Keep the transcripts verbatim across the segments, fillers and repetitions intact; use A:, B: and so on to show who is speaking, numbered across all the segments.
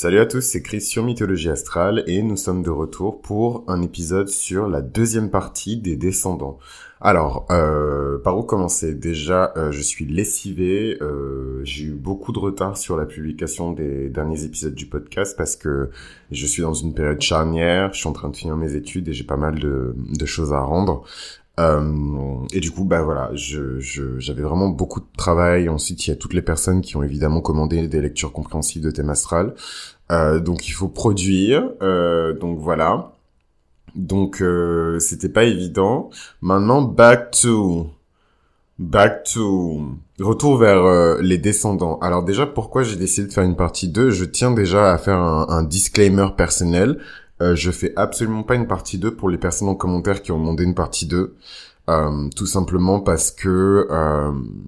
A: Salut à tous, c'est Chris sur Mythologie Astrale et nous sommes de retour pour un épisode sur la deuxième partie des Descendants. Alors, euh, par où commencer ? Déjà, euh, je suis lessivé, euh, j'ai eu beaucoup de retard sur la publication des derniers épisodes du podcast parce que je suis dans une période charnière, je suis en train de finir mes études et j'ai pas mal de, de choses à rendre. Euh, et du coup, bah voilà, je, je, j'avais vraiment beaucoup de travail. Ensuite, il y a toutes les personnes qui ont évidemment commandé des lectures compréhensives de thème astral. Euh, donc il faut produire. Euh, donc voilà. Donc euh, c'était pas évident. Maintenant, back to, back to, retour vers euh, les descendants. Alors déjà, pourquoi j'ai décidé de faire une partie deux ? Je tiens déjà à faire un, un disclaimer personnel. Euh, je fais absolument pas une partie deux pour les personnes en commentaire qui ont demandé une partie deux. Euh, tout simplement parce que euh,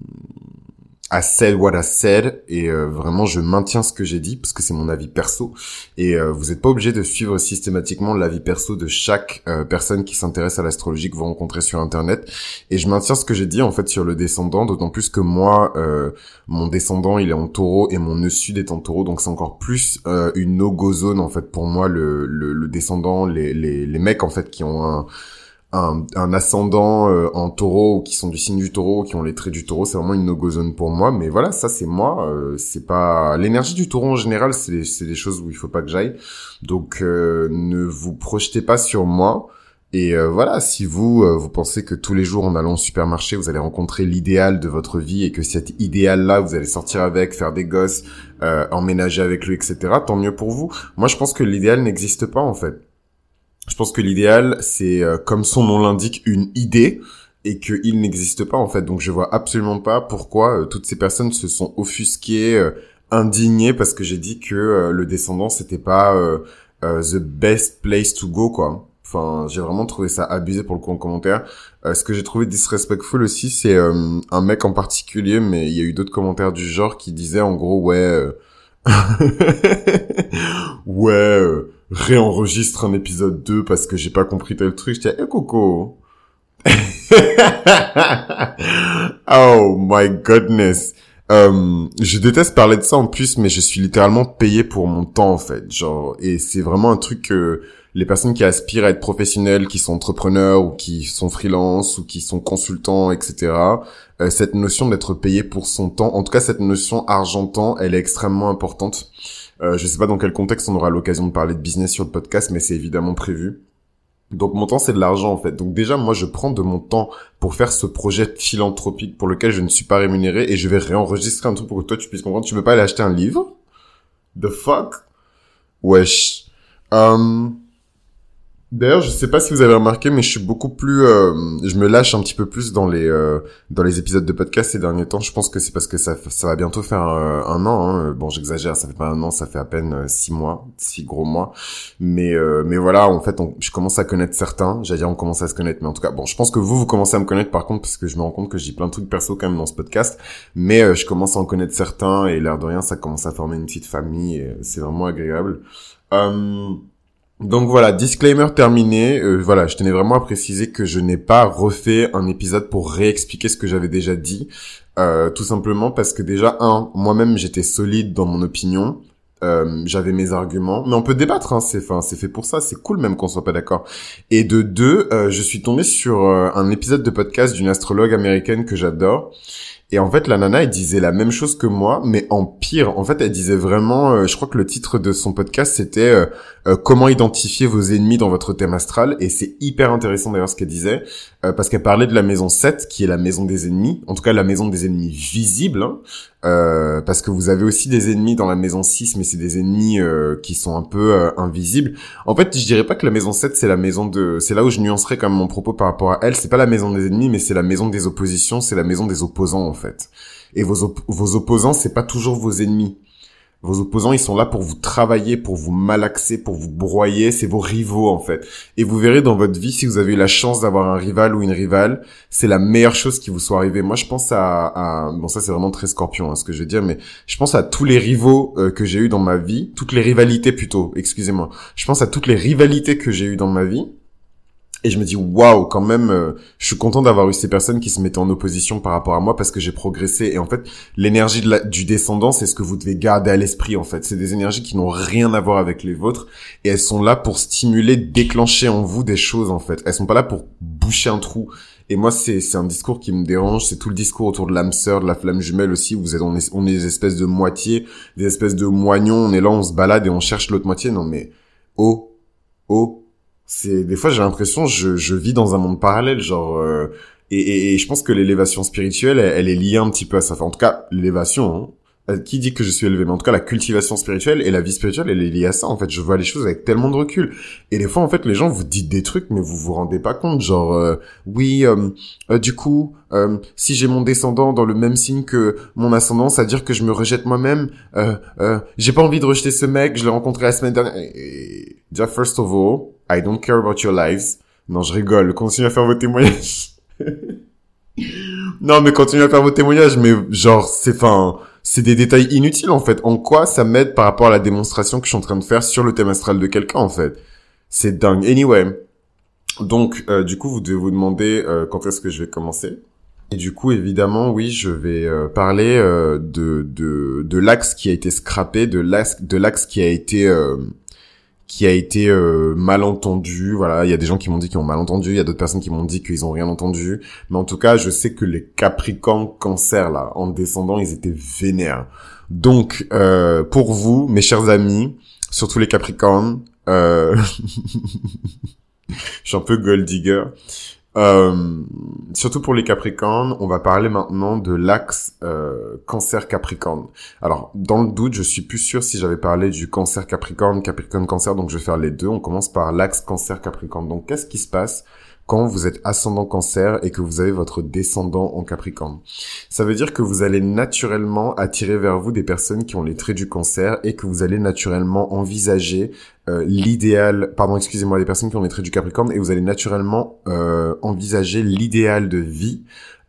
A: I said what I said et euh, vraiment je maintiens ce que j'ai dit parce que c'est mon avis perso et euh, vous êtes pas obligé de suivre systématiquement l'avis perso de chaque euh, personne qui s'intéresse à l'astrologie que vous rencontrez sur internet, et je maintiens ce que j'ai dit en fait sur le descendant, d'autant plus que moi euh, mon descendant il est en taureau et mon nœud sud est en taureau, donc c'est encore plus euh, une no-go zone en fait pour moi le, le, le descendant, les, les, les mecs en fait qui ont un Un, un ascendant euh, en taureau ou qui sont du signe du taureau, qui ont les traits du taureau, c'est vraiment une no-go zone pour moi. Mais voilà, ça c'est moi, euh, c'est pas l'énergie du taureau en général, c'est des, c'est des choses où il faut pas que j'aille. Donc euh, ne vous projetez pas sur moi. Et euh, voilà, si vous euh, vous pensez que tous les jours en allant au supermarché vous allez rencontrer l'idéal de votre vie et que cet idéal-là vous allez sortir avec, faire des gosses, euh, emménager avec lui, et cetera. Tant mieux pour vous. Moi je pense que l'idéal n'existe pas en fait. Je pense que l'idéal, c'est, euh, comme son nom l'indique, une idée, et qu'il n'existe pas, en fait. Donc, je vois absolument pas pourquoi euh, toutes ces personnes se sont offusquées, euh, indignées, parce que j'ai dit que euh, le descendant, c'était pas euh, euh, the best place to go, quoi. Enfin, j'ai vraiment trouvé ça abusé pour le coup en commentaire. Euh, ce que j'ai trouvé disrespectful aussi, c'est euh, un mec en particulier, mais il y a eu d'autres commentaires du genre qui disaient, en gros, ouais... Euh... ouais... Euh... réenregistre un épisode deux parce que j'ai pas compris tel truc. Je dis, eh, Coco. Oh my goodness. Euh, je déteste parler de ça en plus, mais je suis littéralement payé pour mon temps, en fait. Genre, et c'est vraiment un truc que les personnes qui aspirent à être professionnelles, qui sont entrepreneurs, ou qui sont freelance, ou qui sont consultants, et cetera, euh, cette notion d'être payé pour son temps, en tout cas, cette notion argent-temps, elle est extrêmement importante. Euh, je sais pas dans quel contexte on aura l'occasion de parler de business sur le podcast, mais c'est évidemment prévu. Donc mon temps, c'est de l'argent en fait. Donc déjà, moi, je prends de mon temps pour faire ce projet philanthropique pour lequel je ne suis pas rémunéré, et je vais réenregistrer un truc pour que toi, tu puisses comprendre. Tu veux pas aller acheter un livre ? The fuck ? Wesh. Euh... D'ailleurs, je sais pas si vous avez remarqué, mais je suis beaucoup plus, euh, je me lâche un petit peu plus dans les euh, dans les épisodes de podcast ces derniers temps. Je pense que c'est parce que ça ça va bientôt faire euh, un an. Hein. Bon, j'exagère, ça fait pas un an, ça fait à peine euh, six mois, six gros mois. Mais euh, mais voilà, en fait, on, je commence à connaître certains. J'allais dire on commence à se connaître, mais en tout cas, bon, je pense que vous vous commencez à me connaître par contre, parce que je me rends compte que j'ai plein de trucs perso quand même dans ce podcast. Mais euh, je commence à en connaître certains et l'air de rien, ça commence à former une petite famille. Et c'est vraiment agréable. Euh... Donc voilà, disclaimer terminé. Euh, voilà, je tenais vraiment à préciser que je n'ai pas refait un épisode pour réexpliquer ce que j'avais déjà dit. Euh, tout simplement parce que déjà, un, moi-même j'étais solide dans mon opinion. Euh, j'avais mes arguments, mais on peut débattre, hein, c'est, enfin, c'est fait pour ça, c'est cool même qu'on soit pas d'accord. Et de deux, euh, je suis tombé sur euh, un épisode de podcast d'une astrologue américaine que j'adore. Et en fait, la nana, elle disait la même chose que moi, mais en pire. En fait, elle disait vraiment, euh, je crois que le titre de son podcast, c'était euh, euh, comment identifier vos ennemis dans votre thème astral. Et c'est hyper intéressant d'ailleurs ce qu'elle disait, euh, parce qu'elle parlait de la maison sept, qui est la maison des ennemis, en tout cas la maison des ennemis visibles, hein, euh, parce que vous avez aussi des ennemis dans la maison six, mais c'est des ennemis euh, qui sont un peu euh, invisibles. En fait, je dirais pas que la maison sept, c'est la maison de... C'est là où je nuancerais quand même mon propos par rapport à elle. C'est pas la maison des ennemis, mais c'est la maison des oppositions, c'est la maison des opposants, en fait. Et vos, op- vos opposants, c'est pas toujours vos ennemis. Vos opposants, ils sont là pour vous travailler, pour vous malaxer, pour vous broyer. C'est vos rivaux, en fait. Et vous verrez dans votre vie, si vous avez eu la chance d'avoir un rival ou une rivale, c'est la meilleure chose qui vous soit arrivée. Moi, je pense à... à... Bon, ça, c'est vraiment très scorpion, hein, ce que je veux dire, mais je pense à tous les rivaux euh, que j'ai eu dans ma vie. Toutes les rivalités, plutôt. Excusez-moi. Je pense à toutes les rivalités que j'ai eues dans ma vie. Et je me dis, waouh, quand même, euh, je suis content d'avoir eu ces personnes qui se mettaient en opposition par rapport à moi parce que j'ai progressé. Et en fait, l'énergie de la, du descendant, c'est ce que vous devez garder à l'esprit, en fait. C'est des énergies qui n'ont rien à voir avec les vôtres. Et elles sont là pour stimuler, déclencher en vous des choses, en fait. Elles sont pas là pour boucher un trou. Et moi, c'est, c'est un discours qui me dérange. C'est tout le discours autour de l'âme sœur, de la flamme jumelle aussi. Vous êtes, on est, on est des espèces de moitiés, des espèces de moignons. On est là, on se balade et on cherche l'autre moitié. Non, mais, oh, oh. C'est des fois j'ai l'impression je je vis dans un monde parallèle genre euh, et, et et je pense que l'élévation spirituelle elle, elle est liée un petit peu à ça. Enfin, en tout cas l'élévation hein. Euh, qui dit que je suis élevé, mais en tout cas la cultivation spirituelle et la vie spirituelle elle est liée à ça en fait. Je vois les choses avec tellement de recul et des fois en fait les gens vous dites des trucs mais vous vous rendez pas compte genre euh, oui euh, euh, du coup euh, si j'ai mon descendant dans le même signe que mon ascendant ça veut dire que je me rejette moi-même euh, euh, j'ai pas envie de rejeter ce mec, je l'ai rencontré la semaine dernière et, et, déjà first of all I don't care about your lives. Non, je rigole. Continuez à faire vos témoignages. Non, mais continuez à faire vos témoignages. Mais genre, c'est, enfin, c'est des détails inutiles, en fait. En quoi ça m'aide par rapport à la démonstration que je suis en train de faire sur le thème astral de quelqu'un, en fait. C'est dingue. Anyway. Donc, euh, du coup, vous devez vous demander euh, quand est-ce que je vais commencer. Et du coup, évidemment, oui, je vais euh, parler euh, de, de, de l'axe qui a été scrappé, de l'axe, de l'axe qui a été... Euh, qui a été euh, mal entendu. Voilà, il y a des gens qui m'ont dit qu'ils ont mal entendu, il y a d'autres personnes qui m'ont dit qu'ils ont rien entendu. Mais en tout cas, je sais que les Capricornes Cancer, là, en descendant, ils étaient vénères. Donc, euh, pour vous, mes chers amis, surtout les Capricornes, euh... je suis un peu gold digger. Euh, surtout pour les Capricornes, on va parler maintenant de l'axe euh, Cancer-Capricorne. Alors, dans le doute, je suis plus sûr si j'avais parlé du Cancer-Capricorne, Capricorne-Cancer, donc je vais faire les deux. On commence par l'axe Cancer-Capricorne. Donc, qu'est-ce qui se passe quand vous êtes ascendant Cancer et que vous avez votre descendant en Capricorne? Ça veut dire que vous allez naturellement attirer vers vous des personnes qui ont les traits du Cancer et que vous allez naturellement envisager euh, l'idéal, pardon, excusez-moi, des personnes qui ont les traits du Capricorne et vous allez naturellement euh, envisager l'idéal de vie,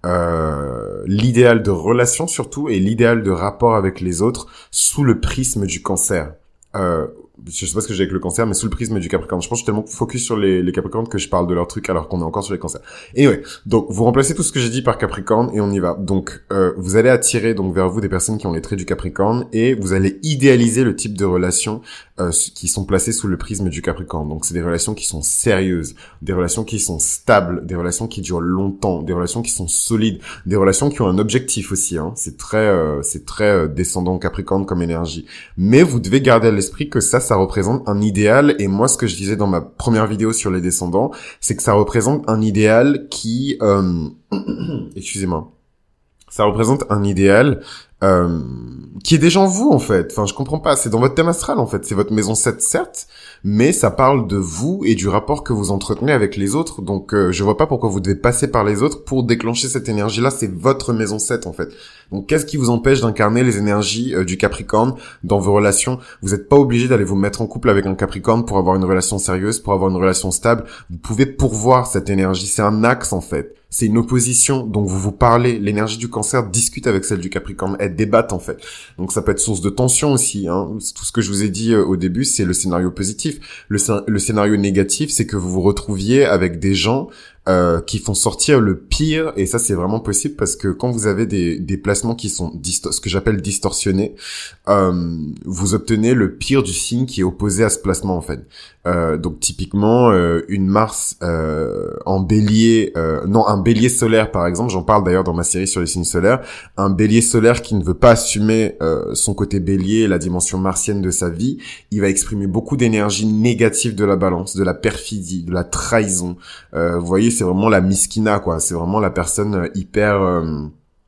A: euh, l'idéal de relation surtout et l'idéal de rapport avec les autres sous le prisme du Cancer. Euh, je sais pas ce que j'ai avec le Cancer, mais sous le prisme du Capricorne. Je pense que je suis tellement focus sur les, les Capricornes que je parle de leurs trucs alors qu'on est encore sur les Cancers. Et ouais, donc vous remplacez tout ce que j'ai dit par Capricorne et on y va. Donc euh, vous allez attirer donc vers vous des personnes qui ont les traits du Capricorne et vous allez idéaliser le type de relations euh, qui sont placées sous le prisme du Capricorne. Donc c'est des relations qui sont sérieuses, des relations qui sont stables, des relations qui durent longtemps, des relations qui sont solides, des relations qui ont un objectif aussi. Hein. C'est très, euh, c'est très euh, descendant Capricorne comme énergie. Mais vous devez garder à l'esprit que ça, ça représente un idéal. Et moi, ce que je disais dans ma première vidéo sur les descendants, c'est que ça représente un idéal qui, euh... excusez-moi, ça représente un idéal euh, qui est déjà en vous, en fait. Enfin, je comprends pas. C'est dans votre thème astral, en fait. C'est votre maison sept, certes, mais ça parle de vous et du rapport que vous entretenez avec les autres. Donc, euh, je vois pas pourquoi vous devez passer par les autres pour déclencher cette énergie-là. C'est votre maison sept, en fait. Donc, qu'est-ce qui vous empêche d'incarner les énergies euh, du Capricorne dans vos relations? Vous n'êtes pas obligé d'aller vous mettre en couple avec un Capricorne pour avoir une relation sérieuse, pour avoir une relation stable. Vous pouvez pourvoir cette énergie. C'est un axe, en fait. C'est une opposition, donc vous vous parlez. L'énergie du Cancer discute avec celle du Capricorne. Elles débattent, en fait. Donc ça peut être source de tension aussi. Hein. Tout ce que je vous ai dit euh, au début, c'est le scénario positif. Le, le scénario négatif, c'est que vous vous retrouviez avec des gens Euh, qui font sortir le pire, et ça c'est vraiment possible parce que quand vous avez des, des placements qui sont disto- ce que j'appelle distorsionnés, euh, vous obtenez le pire du signe qui est opposé à ce placement en fait. Euh, donc typiquement euh, une Mars euh, en Bélier, euh, non un Bélier solaire par exemple, j'en parle d'ailleurs dans ma série sur les signes solaires, un Bélier solaire qui ne veut pas assumer euh, son côté Bélier, la dimension martienne de sa vie, il va exprimer beaucoup d'énergie négative de la balance, de la perfidie, de la trahison. Euh, vous voyez, c'est vraiment la miskina, quoi. C'est vraiment la personne hyper... Euh,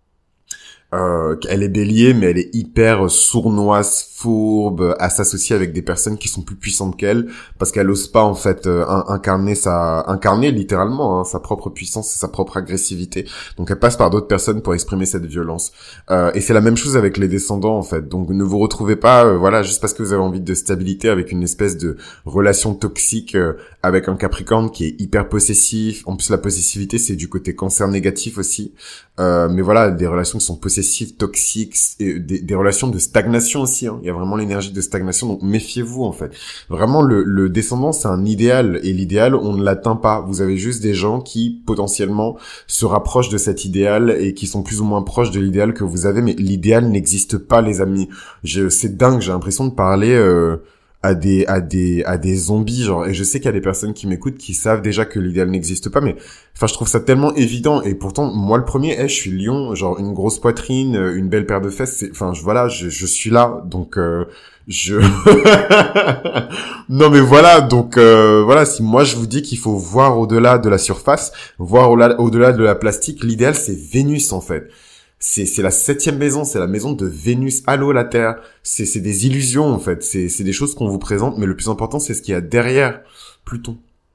A: euh, elle est bélier, mais elle est hyper sournoise, fourbe, à s'associer avec des personnes qui sont plus puissantes qu'elle, parce qu'elle ose pas, en fait, euh, incarner sa... incarner, littéralement, hein, sa propre puissance et sa propre agressivité. Donc, elle passe par d'autres personnes pour exprimer cette violence. Euh, et c'est la même chose avec les descendants, en fait. Donc, ne vous retrouvez pas, euh, voilà, juste parce que vous avez envie de stabilité avec une espèce de relation toxique euh, avec un Capricorne qui est hyper possessif. En plus, la possessivité, c'est du côté Cancer négatif aussi. Euh, mais voilà, des relations qui sont possessives, toxiques, et des, des relations de stagnation aussi. Hein. Il y a vraiment l'énergie de stagnation, donc méfiez-vous en fait. Vraiment, le, le descendant, c'est un idéal, et l'idéal, on ne l'atteint pas. Vous avez juste des gens qui, potentiellement, se rapprochent de cet idéal et qui sont plus ou moins proches de l'idéal que vous avez, mais l'idéal n'existe pas, les amis. Je, c'est dingue, j'ai l'impression de parler... Euh, à des à des à des zombies, genre, et je sais qu'il y a des personnes qui m'écoutent qui savent déjà que l'idéal n'existe pas, mais enfin je trouve ça tellement évident, et pourtant moi le premier, hey, je suis lion, genre une grosse poitrine, une belle paire de fesses, c'est enfin je voilà, je je suis là, donc euh, je non mais voilà, donc euh, voilà, si moi je vous dis qu'il faut voir au-delà de la surface, voir au-delà au-delà de la plastique, l'idéal c'est Vénus en fait. C'est, c'est la septième maison, c'est la maison de Vénus. Allô, la Terre. C'est, c'est des illusions, en fait. C'est, c'est des choses qu'on vous présente, mais le plus important, c'est ce qu'il y a derrière Pluton.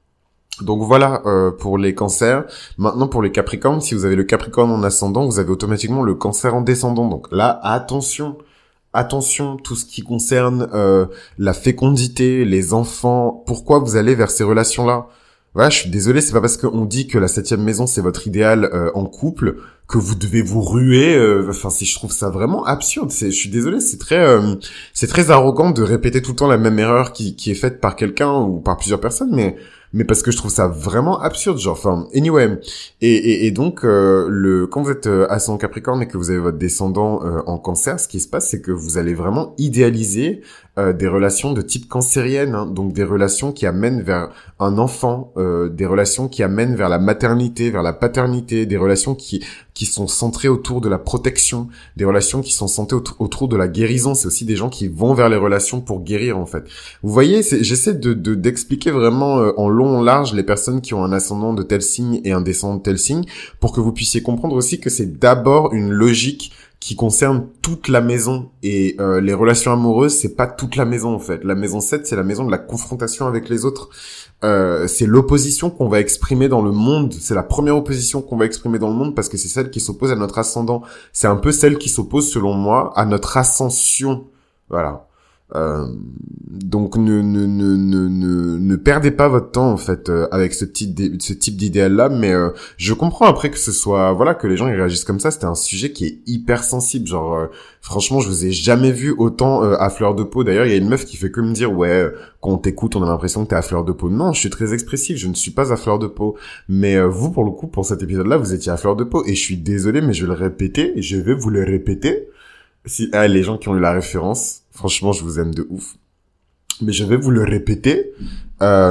A: Donc voilà, euh, pour les cancers. Maintenant, pour les capricornes, si vous avez le capricorne en ascendant, vous avez automatiquement le cancer en descendant. Donc là, attention. Attention, tout ce qui concerne euh, la fécondité, les enfants. Pourquoi vous allez vers ces relations-là ? Voilà, je suis désolé, c'est pas parce qu'on dit que la septième maison c'est votre idéal euh, en couple que vous devez vous ruer. Euh, enfin, si je trouve ça vraiment absurde. C'est, je suis désolé, c'est très, euh, c'est très arrogant de répéter tout le temps la même erreur qui, qui est faite par quelqu'un ou par plusieurs personnes, mais mais parce que je trouve ça vraiment absurde, genre. Enfin, anyway. Et et, et donc euh, le quand vous êtes euh, ascendant Capricorne et que vous avez votre descendant euh, en Cancer, ce qui se passe, c'est que vous allez vraiment idéaliser euh, des relations de type cancérienne, hein, donc des relations qui amènent vers un enfant, euh, des relations qui amènent vers la maternité, vers la paternité, des relations qui qui sont centrées autour de la protection, des relations qui sont centrées autour, autour de la guérison. C'est aussi des gens qui vont vers les relations pour guérir, en fait. Vous voyez, c'est, j'essaie de, de d'expliquer vraiment euh, en long, en large les personnes qui ont un ascendant de tel signe et un descendant de tel signe, pour que vous puissiez comprendre aussi que c'est d'abord une logique qui concerne toute la maison, et euh, les relations amoureuses, c'est pas toute la maison en fait. La maison sept, c'est la maison de la confrontation avec les autres. Euh, c'est l'opposition qu'on va exprimer dans le monde. C'est la première opposition qu'on va exprimer dans le monde parce que c'est celle qui s'oppose à notre ascendant. C'est un peu celle qui s'oppose, selon moi, à notre ascension. Voilà. Euh, donc ne, ne ne ne ne ne perdez pas votre temps en fait euh, avec ce type de, ce type d'idéal là, mais euh, je comprends après que ce soit voilà que les gens ils réagissent comme ça. C'était un sujet qui est hyper sensible, genre euh, franchement je vous ai jamais vu autant euh, à fleur de peau. D'ailleurs il y a une meuf qui fait que me dire ouais euh, quand on t'écoute on a l'impression que t'es à fleur de peau. Non, je suis très expressif, je ne suis pas à fleur de peau, mais euh, vous pour le coup pour cet épisode là vous étiez à fleur de peau, et je suis désolé mais je vais le répéter, je vais vous le répéter. Si ah, les gens qui ont eu la référence, franchement, je vous aime de ouf. Mais je vais vous le répéter. Euh,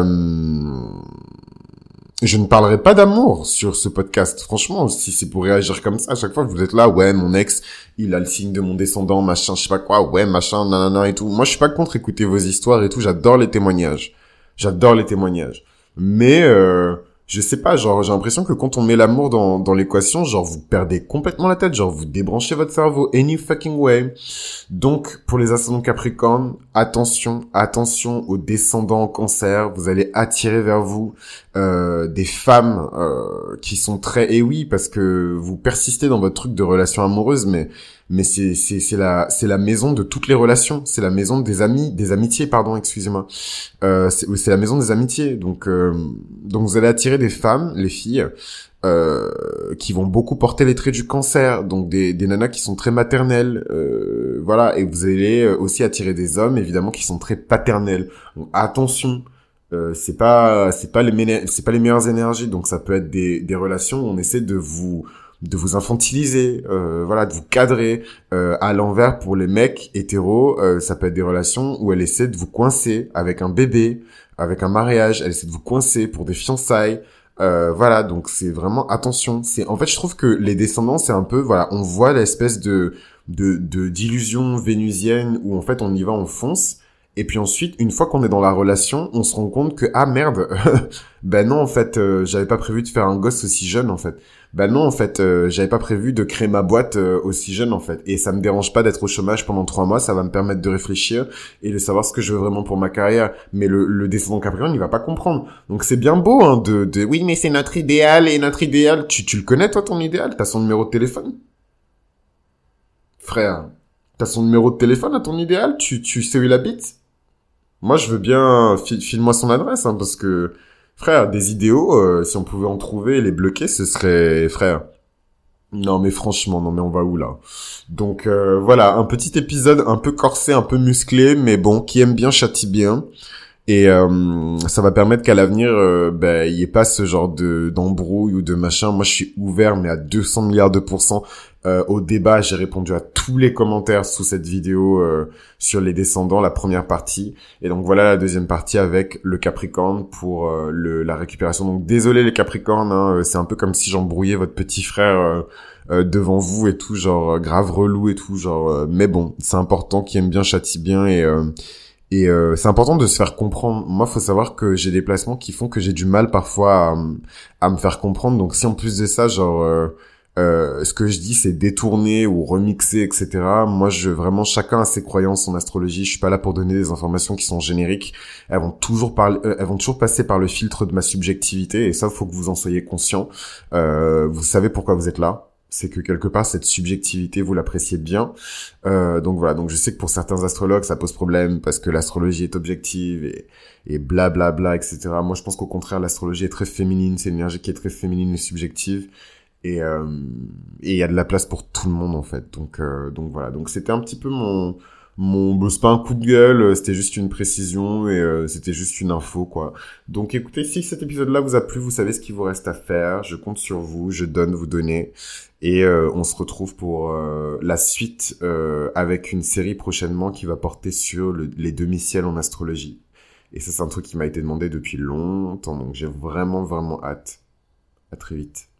A: je ne parlerai pas d'amour sur ce podcast. Franchement, si c'est pour réagir comme ça, à chaque fois que vous êtes là, ouais, mon ex, il a le signe de mon descendant, machin, je sais pas quoi, ouais, machin, nanana et tout. Moi, je suis pas contre écouter vos histoires et tout. J'adore les témoignages. J'adore les témoignages. Mais... Euh, je sais pas, genre, j'ai l'impression que quand on met l'amour dans, dans l'équation, genre, vous perdez complètement la tête, genre, vous débranchez votre cerveau, any fucking way. Donc, pour les ascendants Capricorne, attention, attention aux descendants en Cancer, vous allez attirer vers vous, euh, des femmes, euh, qui sont très, et oui, parce que vous persistez dans votre truc de relation amoureuse, mais, mais c'est, c'est, c'est la, c'est la maison de toutes les relations, c'est la maison des amis, des amitiés, pardon, excusez-moi. Euh, c'est, c'est la maison des amitiés, donc, euh, donc vous allez attirer des femmes, les filles, euh, qui vont beaucoup porter les traits du Cancer, donc des, des nanas qui sont très maternelles, euh, voilà, et vous allez aussi attirer des hommes, évidemment, qui sont très paternels. Donc, attention, euh, c'est pas, c'est pas les ména- c'est pas les meilleures énergies, donc ça peut être des, des relations où on essaie de vous, de vous infantiliser, euh, voilà, de vous cadrer. Euh, à l'envers, pour les mecs hétéros, euh, ça peut être des relations où elle essaie de vous coincer avec un bébé, avec un mariage, elle essaie de vous coincer pour des fiançailles. Euh, voilà, donc c'est vraiment attention. C'est en fait, je trouve que les descendants, c'est un peu, voilà, on voit l'espèce de de de d'illusion vénusienne où en fait on y va, on fonce. Et puis ensuite, une fois qu'on est dans la relation, on se rend compte que ah merde, ben non en fait, euh, j'avais pas prévu de faire un gosse aussi jeune en fait. Ben non en fait, euh, j'avais pas prévu de créer ma boîte euh, aussi jeune en fait. Et ça me dérange pas d'être au chômage pendant trois mois, ça va me permettre de réfléchir et de savoir ce que je veux vraiment pour ma carrière. Mais le, le descendant Capricorne, il va pas comprendre. Donc c'est bien beau hein de de oui mais c'est notre idéal et notre idéal. Tu tu le connais toi ton idéal? T'as son numéro de téléphone, frère? T'as son numéro de téléphone à ton idéal? Tu tu sais où il habite? Moi, je veux bien, file, file-moi son adresse, hein, parce que, frère, des idéaux, euh, si on pouvait en trouver et les bloquer, ce serait, frère, Non mais franchement, non mais on va où là? Donc euh, voilà, un petit épisode un peu corsé, un peu musclé, mais bon, qui aime bien châtie bien. Et euh, ça va permettre qu'à l'avenir, euh, ben, il n'y ait pas ce genre de d'embrouille ou de machin. Moi, je suis ouvert, mais à deux cents milliards de pourcents euh, au débat. J'ai répondu à tous les commentaires sous cette vidéo euh, sur les descendants, la première partie. Et donc voilà la deuxième partie avec le Capricorne pour euh, le, la récupération. Donc désolé les Capricornes, hein, c'est un peu comme si j'embrouillais votre petit frère euh, euh, devant vous et tout, genre euh, grave relou et tout, genre. Euh, mais bon, c'est important, qui aime bien châtie bien et euh, et euh, c'est important de se faire comprendre. Moi, faut savoir que j'ai des placements qui font que j'ai du mal parfois à, m- à me faire comprendre. Donc, si en plus de ça, genre, euh, euh, ce que je dis, c'est détourné ou remixé, et cetera. Moi, je vraiment chacun a ses croyances en astrologie. Je suis pas là pour donner des informations qui sont génériques. Elles vont toujours parler, euh, elles vont toujours passer par le filtre de ma subjectivité. Et ça, faut que vous en soyez conscient. Euh, vous savez pourquoi vous êtes là. C'est que quelque part cette subjectivité vous l'appréciez bien. Euh, donc voilà, donc je sais que pour certains astrologues ça pose problème parce que l'astrologie est objective et et blablabla bla bla, et cetera. Moi je pense qu'au contraire l'astrologie est très féminine, c'est une énergie qui est très féminine et subjective et euh, et il y a de la place pour tout le monde en fait. Donc euh, donc voilà, donc c'était un petit peu mon mon bon, c'est pas un coup de gueule, c'était juste une précision et euh, c'était juste une info quoi. Donc écoutez, si cet épisode-là vous a plu, vous savez ce qu'il vous reste à faire. Je compte sur vous, je donne, vous donnez. Et euh, on se retrouve pour euh, la suite euh, avec une série prochainement qui va porter sur le- les demi-ciels en astrologie. Et ça, c'est un truc qui m'a été demandé depuis longtemps, donc j'ai vraiment, vraiment hâte. À très vite.